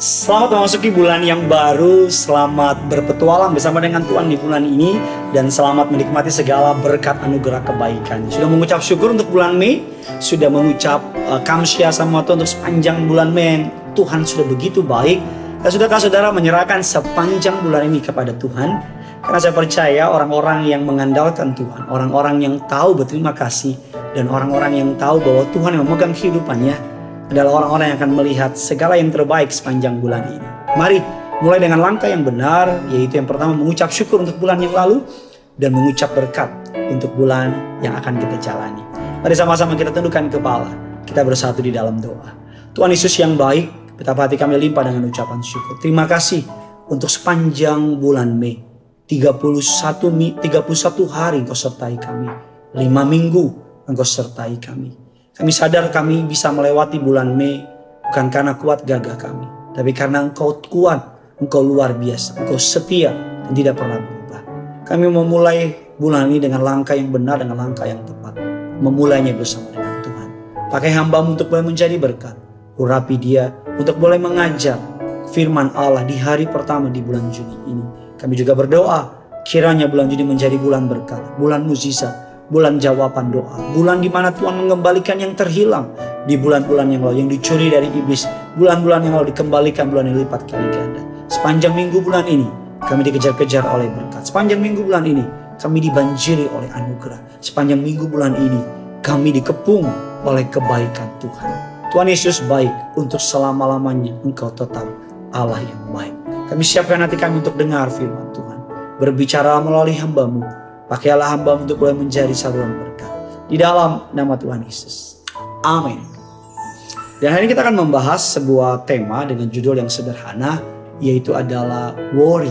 Selamat memasuki bulan yang baru, selamat berpetualang bersama dengan Tuhan di bulan ini, dan selamat menikmati segala berkat anugerah kebaikan. Sudah mengucap syukur untuk bulan Mei, sudah mengucap kamsya sama Tuhan untuk sepanjang bulan Mei. Tuhan sudah begitu baik, dan sudahkah saudara menyerahkan sepanjang bulan ini kepada Tuhan? Karena saya percaya orang-orang yang mengandalkan Tuhan, orang-orang yang tahu berterima kasih, dan orang-orang yang tahu bahwa Tuhan yang memegang kehidupannya adalah orang-orang yang akan melihat segala yang terbaik sepanjang bulan ini. Mari mulai dengan langkah yang benar, yaitu yang pertama mengucap syukur untuk bulan yang lalu dan mengucap berkat untuk bulan yang akan kita jalani. Mari sama-sama kita tundukkan kepala, kita bersatu di dalam doa. Tuhan Yesus yang baik, betapa hati kami limpah dengan ucapan syukur. Terima kasih untuk sepanjang bulan Mei, 31 hari Engkau sertai kami, 5 minggu Engkau sertai kami. Kami sadar kami bisa melewati bulan Mei bukan karena kuat gagah kami, tapi karena Engkau kuat, Engkau luar biasa, Engkau setia dan tidak pernah berubah. Kami memulai bulan ini dengan langkah yang benar, dengan langkah yang tepat. Memulainya bersama dengan Tuhan. Pakai hamba-Mu untuk boleh menjadi berkat. Urapi dia untuk boleh mengajar firman Allah di hari pertama di bulan Juni ini. Kami juga berdoa kiranya bulan Juni menjadi bulan berkat, bulan mukjizat, bulan jawaban doa, bulan di mana Tuhan mengembalikan yang terhilang di bulan-bulan yang lalu, yang dicuri dari iblis, bulan-bulan yang lalu dikembalikan bulan yang lipat kali ganda. Sepanjang minggu bulan ini kami dikejar-kejar oleh berkat. Sepanjang minggu bulan ini kami dibanjiri oleh anugerah. Sepanjang minggu bulan ini kami dikepung oleh kebaikan Tuhan. Tuhan Yesus baik, untuk selama-lamanya Engkau tetap Allah yang baik. Kami siapkan hati kami untuk dengar firman Tuhan. Berbicara melalui hamba-Mu. Pakailah hamba untuk boleh menjadi saluran berkat. Di dalam nama Tuhan Yesus. Amin. Dan hari ini kita akan membahas sebuah tema dengan judul yang sederhana, yaitu adalah worry.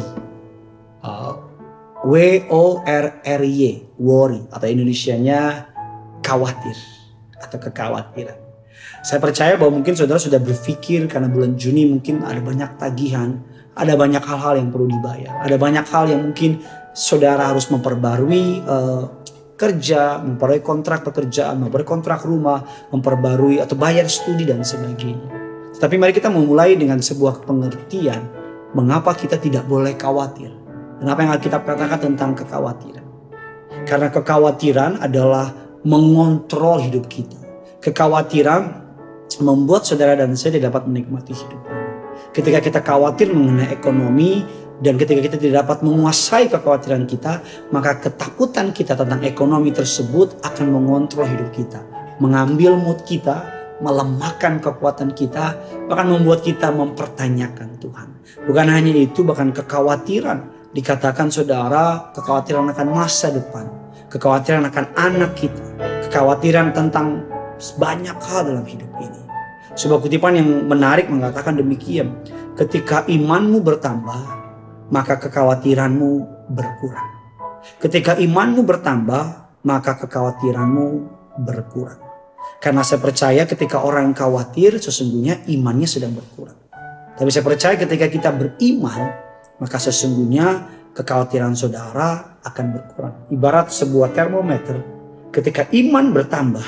W-O-R-R-Y. Worry. Atau Indonesianya khawatir. Atau kekhawatiran. Saya percaya bahwa mungkin saudara sudah berpikir karena bulan Juni mungkin ada banyak tagihan. Ada banyak hal-hal yang perlu dibayar. Ada banyak hal yang mungkin saudara harus memperbarui kerja, memperbarui kontrak pekerjaan, memperbarui kontrak rumah, memperbarui atau bayar studi dan sebagainya. Tapi mari kita memulai dengan sebuah pengertian mengapa kita tidak boleh khawatir. Dan apa yang Alkitab katakan tentang kekhawatiran. Karena kekhawatiran adalah mengontrol hidup kita. Kekhawatiran membuat saudara dan saya tidak dapat menikmati hidup ini. Ketika kita khawatir mengenai ekonomi, dan ketika kita tidak dapat menguasai kekhawatiran kita, maka ketakutan kita tentang ekonomi tersebut akan mengontrol hidup kita. Mengambil mood kita, melemahkan kekuatan kita, bahkan membuat kita mempertanyakan Tuhan. Bukan hanya itu, bahkan kekhawatiran. Dikatakan saudara, kekhawatiran akan masa depan. Kekhawatiran akan anak kita. Kekhawatiran tentang banyak hal dalam hidup ini. Sebuah kutipan yang menarik mengatakan demikian. Ketika imanmu bertambah, maka kekhawatiranmu berkurang. Ketika imanmu bertambah, maka kekhawatiranmu berkurang. Karena saya percaya ketika orang khawatir, sesungguhnya imannya sedang berkurang. Tapi saya percaya ketika kita beriman, maka sesungguhnya kekhawatiran saudara akan berkurang. Ibarat sebuah termometer, ketika iman bertambah,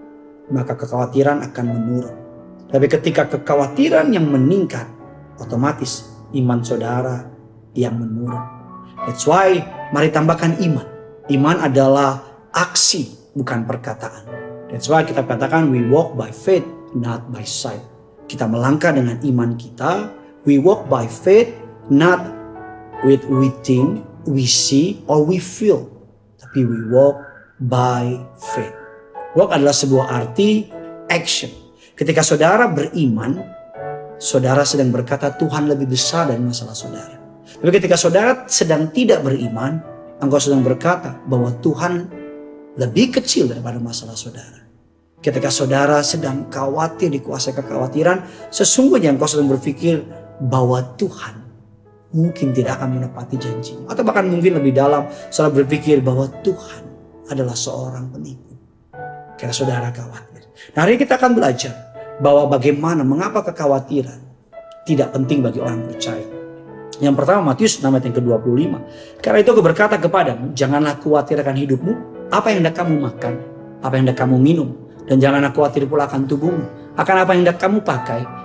maka kekhawatiran akan menurun. Tapi ketika kekhawatiran yang meningkat, otomatis iman saudara yang menurun. That's why mari tambahkan iman. Iman adalah aksi, bukan perkataan. That's why kita katakan we walk by faith, not by sight. Kita melangkah dengan iman kita. We walk by faith, not with we think, we see, or we feel. Tapi we walk by faith. Walk adalah sebuah arti action. Ketika saudara beriman, saudara sedang berkata Tuhan lebih besar dari masalah saudara. Tapi ketika saudara sedang tidak beriman, engkau sedang berkata bahwa Tuhan lebih kecil daripada masalah saudara. Ketika saudara sedang khawatir, dikuasai kekhawatiran, sesungguhnya engkau sedang berpikir bahwa Tuhan mungkin tidak akan menepati janjinya. Atau bahkan mungkin lebih dalam, saudara berpikir bahwa Tuhan adalah seorang penipu. Karena saudara khawatir. Nah, hari ini kita akan belajar bahwa bagaimana, mengapa kekhawatiran tidak penting bagi orang percaya. Yang pertama Matius 6 ayat yang ke-25. Karena itu aku berkata kepadamu, janganlah khawatir akan hidupmu, apa yang hendak kamu makan, apa yang hendak kamu minum, dan janganlah khawatir pula akan tubuhmu, akan apa yang hendak kamu pakai.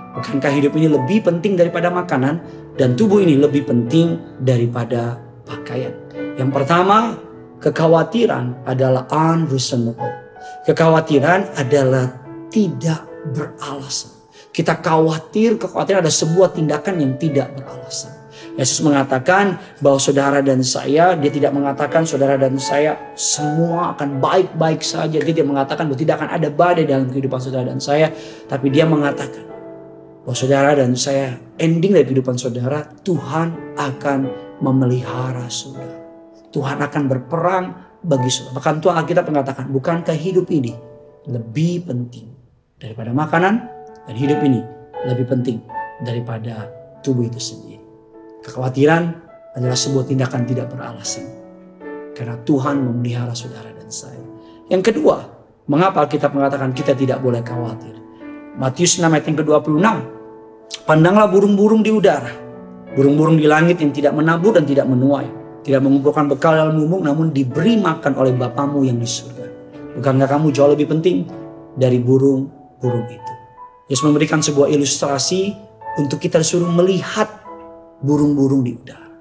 Bukankah hidup ini lebih penting daripada makanan dan tubuh ini lebih penting daripada pakaian? Yang pertama, kekhawatiran adalah unreasonable. Kekhawatiran adalah tidak beralasan. Kita khawatir, kekhawatiran ada sebuah tindakan yang tidak beralasan. Yesus mengatakan bahwa saudara dan saya, dia tidak mengatakan saudara dan saya semua akan baik-baik saja. Dia tidak mengatakan bahwa tidak akan ada badai dalam kehidupan saudara dan saya. Tapi dia mengatakan bahwa saudara dan saya, ending dari kehidupan saudara, Tuhan akan memelihara saudara. Tuhan akan berperang bagi saudara. Bahkan Tuhan Alkitab mengatakan, bukankah hidup ini lebih penting daripada makanan, dan hidup ini lebih penting daripada tubuh itu sendiri. Kekhawatiran adalah sebuah tindakan tidak beralasan. Karena Tuhan memelihara saudara dan saya. Yang kedua, mengapa Alkitab mengatakan kita tidak boleh khawatir? Matius 6 ayat yang ke-26. Pandanglah burung-burung di udara. Burung-burung di langit yang tidak menabur dan tidak menuai. Tidak mengumpulkan bekal dalam lumbung, namun diberi makan oleh Bapamu yang di surga. Bukankah kamu jauh lebih penting dari burung-burung itu? Yesus memberikan sebuah ilustrasi untuk kita disuruh melihat burung-burung di udara.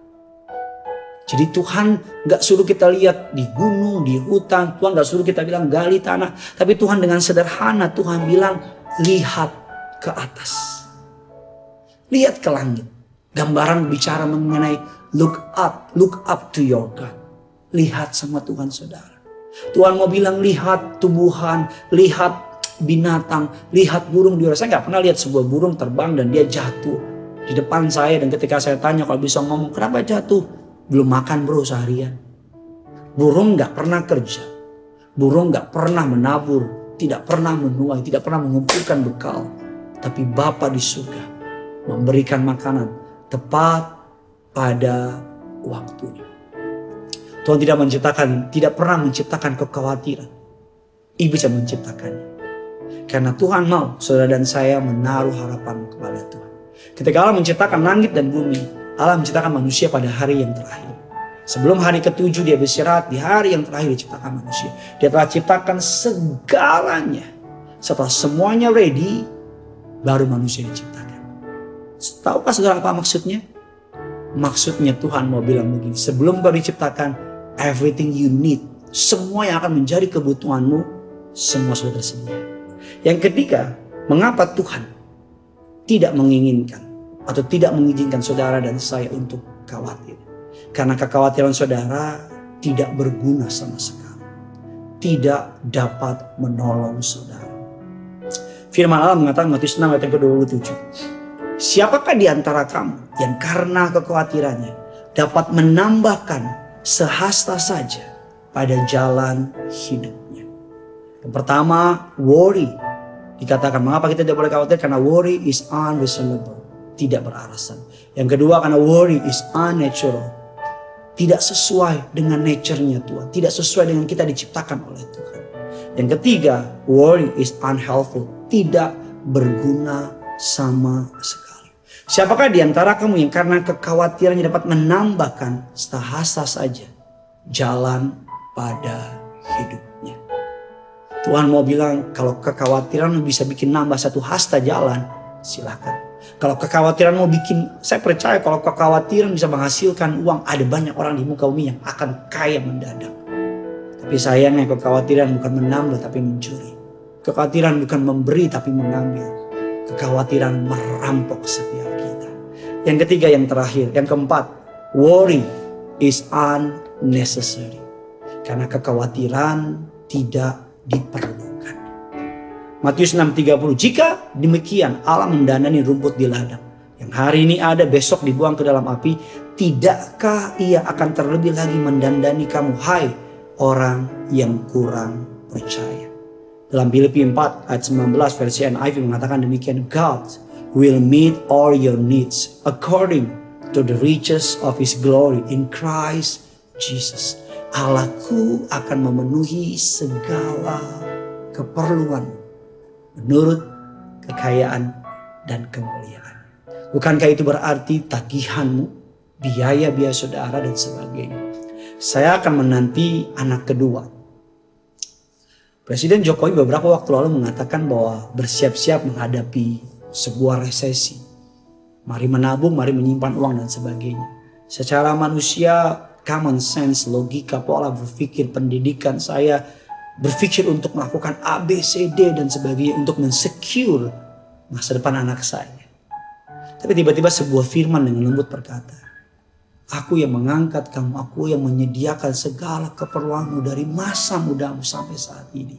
Jadi Tuhan gak suruh kita lihat di gunung, di hutan. Tuhan gak suruh kita bilang gali tanah. Tapi Tuhan dengan sederhana, Tuhan bilang lihat ke atas. Lihat ke langit. Gambaran bicara mengenai look up to your God. Lihat sama Tuhan saudara. Tuhan mau bilang lihat tumbuhan, lihat binatang, lihat burung di udara. Saya gak pernah lihat sebuah burung terbang dan dia jatuh di depan saya, dan ketika saya tanya kalau bisa ngomong kenapa jatuh, belum makan bro seharian. Burung gak pernah kerja, burung gak pernah menabur, tidak pernah menuai, tidak pernah mengumpulkan bekal, tapi Bapa di surga memberikan makanan tepat pada waktunya. Tuhan tidak pernah menciptakan kekhawatiran. Iblis yang menciptakannya. Karena Tuhan mau saudara dan saya menaruh harapan kepada Tuhan. Ketika Allah menciptakan langit dan bumi, Allah menciptakan manusia pada hari yang terakhir. Sebelum hari ke-7 dia beristirahat, di hari yang terakhir diciptakan manusia. Dia telah ciptakan segalanya. Setelah semuanya ready, baru manusia diciptakan. Tahukah saudara apa maksudnya? Maksudnya Tuhan mau bilang begini, sebelum kau diciptakan, everything you need, semua yang akan menjadi kebutuhanmu, semua sudah tersedia. Yang ketiga, mengapa Tuhan tidak menginginkan atau tidak mengizinkan saudara dan saya untuk khawatir? Karena kekhawatiran saudara tidak berguna sama sekali. Tidak dapat menolong saudara. Firman Allah mengatakan Matius 6 ayat yang ke-27. Siapakah di antara kamu yang karena kekhawatirannya dapat menambahkan sehasta saja pada jalan hidupnya? Yang pertama, worry. Dikatakan mengapa kita tidak boleh khawatir? Karena worry is unreasonable. Tidak beralasan. Yang kedua, karena worry is unnatural. Tidak sesuai dengan nature-nya Tuhan. Tidak sesuai dengan kita diciptakan oleh Tuhan. Yang ketiga, worry is unhelpful. Tidak berguna sama sekali. Siapakah di antara kamu yang karena kekhawatirannya dapat menambahkan sehasta saja jalan pada hidupnya? Tuhan mau bilang kalau kekhawatiran bisa bikin nambah satu hasta jalan, silakan. Kalau kekhawatiran mau bikin, saya percaya kalau kekhawatiran bisa menghasilkan uang, ada banyak orang di muka bumi yang akan kaya mendadak. Tapi sayangnya kekhawatiran bukan menambah tapi mencuri. Kekhawatiran bukan memberi tapi mengambil. Kekhawatiran merampok setiap kita. Yang ketiga, yang terakhir, yang keempat, worry is unnecessary. Karena kekhawatiran tidak diperlukan. Matius 6:30. Jika demikian Allah mendandani rumput di ladang, yang hari ini ada besok dibuang ke dalam api, tidakkah ia akan terlebih lagi mendandani kamu, hai orang yang kurang percaya? Dalam Filipi 4 ayat 19 versi NIV mengatakan demikian, God will meet all your needs according to the riches of His glory in Christ Jesus. Allahku akan memenuhi segala keperluan menurut kekayaan dan kemuliaan. Bukankah itu berarti tagihanmu, biaya-biaya saudara dan sebagainya? Saya akan menanti anak kedua. Presiden Jokowi beberapa waktu lalu mengatakan bahwa bersiap-siap menghadapi sebuah resesi. Mari menabung, mari menyimpan uang dan sebagainya. Secara manusia, common sense, logika, pola berpikir, pendidikan saya berpikir untuk melakukan A, B, C, D dan sebagainya untuk mensecure masa depan anak saya. Tapi tiba-tiba sebuah firman dengan lembut berkata, aku yang mengangkat kamu, aku yang menyediakan segala keperluanmu dari masa mudamu sampai saat ini.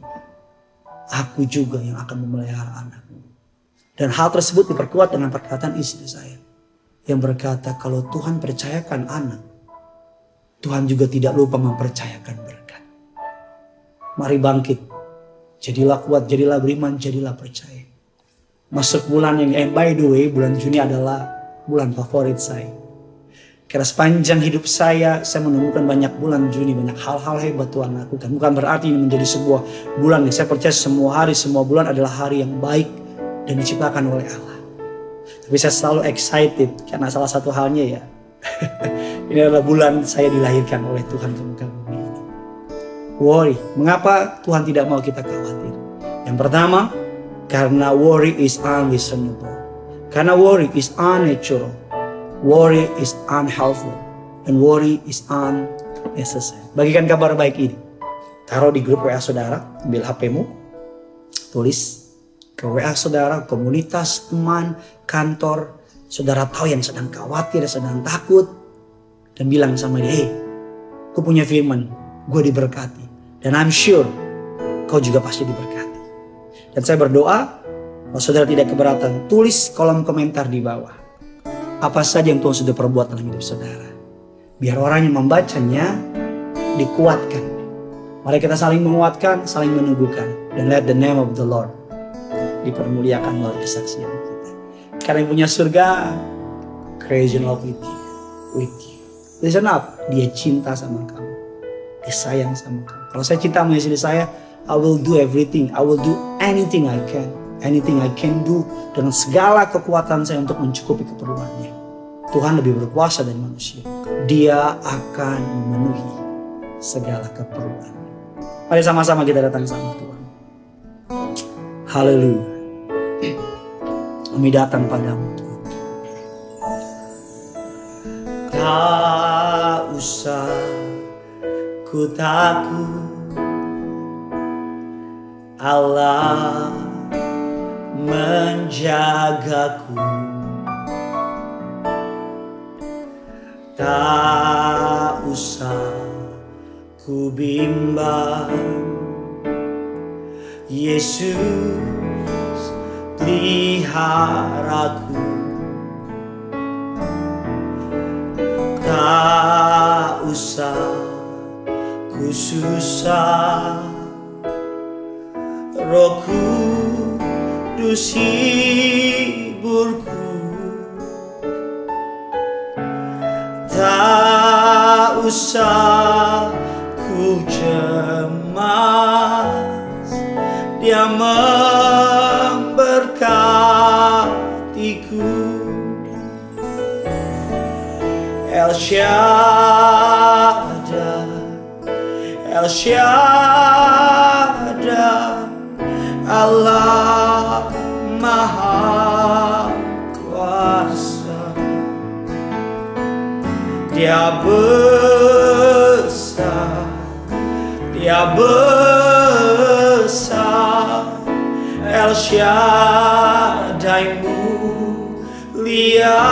Aku juga yang akan memelihara anakmu. Dan hal tersebut diperkuat dengan perkataan istri saya. Yang berkata kalau Tuhan percayakan anak, Tuhan juga tidak lupa mempercayakan berkat. Mari bangkit. Jadilah kuat, jadilah beriman, jadilah percaya. Masuk bulan yang by the way, bulan Juni adalah bulan favorit saya. Karena sepanjang hidup saya menemukan banyak bulan Juni, banyak hal-hal hebat Tuhan lakukan. Bukan berarti ini menjadi sebuah bulan yang saya percaya semua hari, semua bulan adalah hari yang baik dan diciptakan oleh Allah. Tapi saya selalu excited karena salah satu halnya ya, ini adalah bulan saya dilahirkan oleh Tuhan ke muka bumi ini. Worry, mengapa Tuhan tidak mau kita khawatir? Yang pertama, karena worry is unreasonable. Karena worry is unnatural. Worry is unhelpful. And worry is unnecessary. Bagikan kabar baik ini. Taruh di grup WA saudara, ambil HP-mu, tulis ke WA saudara, komunitas, teman, kantor. Saudara tahu yang sedang khawatir, sedang takut. Dan bilang sama dia, hey, aku punya firman, gue diberkati. Dan I'm sure kau juga pasti diberkati. Dan saya berdoa, kalau saudara tidak keberatan, tulis kolom komentar di bawah. Apa saja yang Tuhan sudah perbuat dalam hidup saudara. Biar orang yang membacanya dikuatkan. Mari kita saling menguatkan, saling meneguhkan. Dan let the name of the Lord dipermuliakan melalui kesaksian kita. Karena yang punya surga, crazy in love with you. With you. Listen up, dia cinta sama kamu. Dia sayang sama kamu. Kalau saya cinta sama istri saya, I will do everything. I will do anything I can. Anything I can do dengan segala kekuatan saya untuk mencukupi keperluannya. Tuhan lebih berkuasa dari manusia. Dia akan memenuhi segala keperluannya. Mari sama-sama kita datang sama Tuhan. Haleluya. Kami datang padamu Tuhan. Tak usah ku takut, Allah menjagaku. Tak usah ku bimbang, Yesus peliharaku. Tak usah ku susah, Roh Kudus hiburku. Tak usah ku cemas, Dia memberkatiku. El Shaddai, El Shaddai, Allah Maha Kuasa. Dia besar, Dia besar, El Shaddai mulia,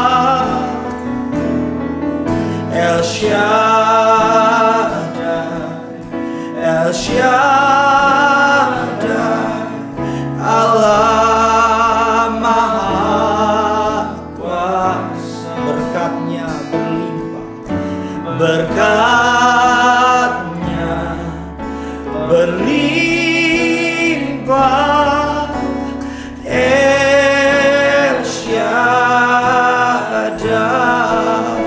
El Shaddai, El Shaddai, Allah Maha Kuasa. Berkatnya berlimpah, berkatnya berlimpah, El Shaddai.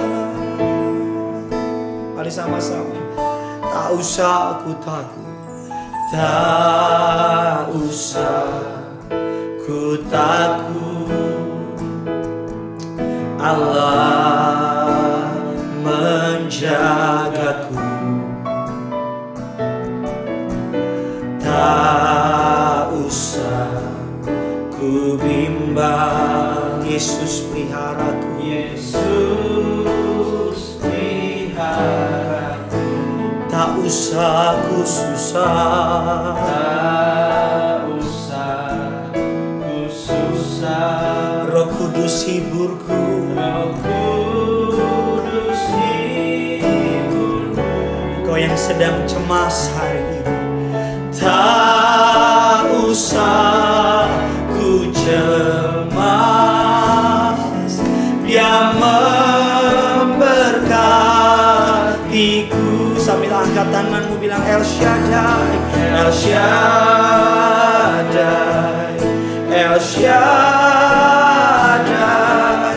Mari sama-sama. Tak usah ku takut, tak usah ku takut, Allah menjagaku. Tak usah ku bimbang, Yesus peliharaku. Yesus peliharaku. Tak usah aku susah, Tak usah ku susah. Roh Kudus hiburku. Roh Kudus hiburku. Kau yang sedang cemas hari ini, tak usah ku cemas, Dia memberkatiku. Sambil angkat tanganmu bilang El Shaddai, El Shaddai, El Shaddai,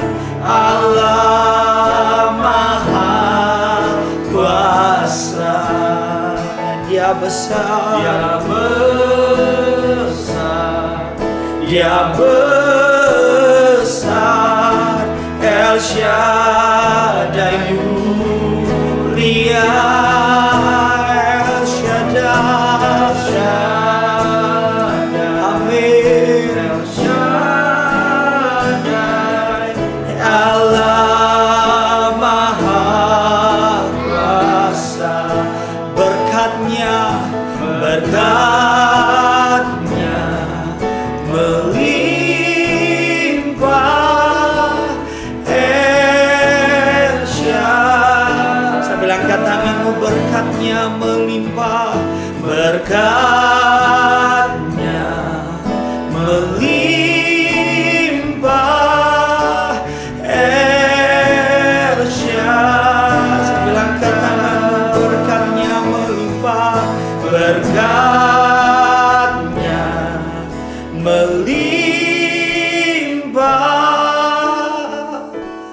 Allah Maha Kuasa. Dia besar, Dia besar, Dia besar, El Shaddai mulia, El Shaddai, amin, El Shaddai, Allah Maha Kuasa. Berkatnya melimpah, El Shaddai. Sambil angkat tanganmu, berkatnya melimpah, berkatnya melimpah, El Shaddai. Sambil angkat tanganmu, berkatnya melimpah, berkatnya melimpah,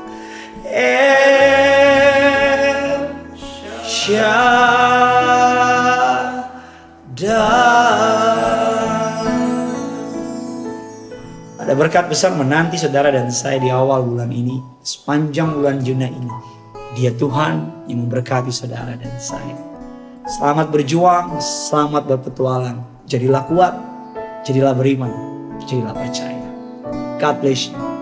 El Shaddai. Ada berkat besar menanti saudara dan saya di awal bulan ini, sepanjang bulan Juni ini. Dia Tuhan yang memberkati saudara dan saya. Selamat berjuang, selamat berpetualang. Jadilah kuat, jadilah beriman, jadilah percaya. God bless you.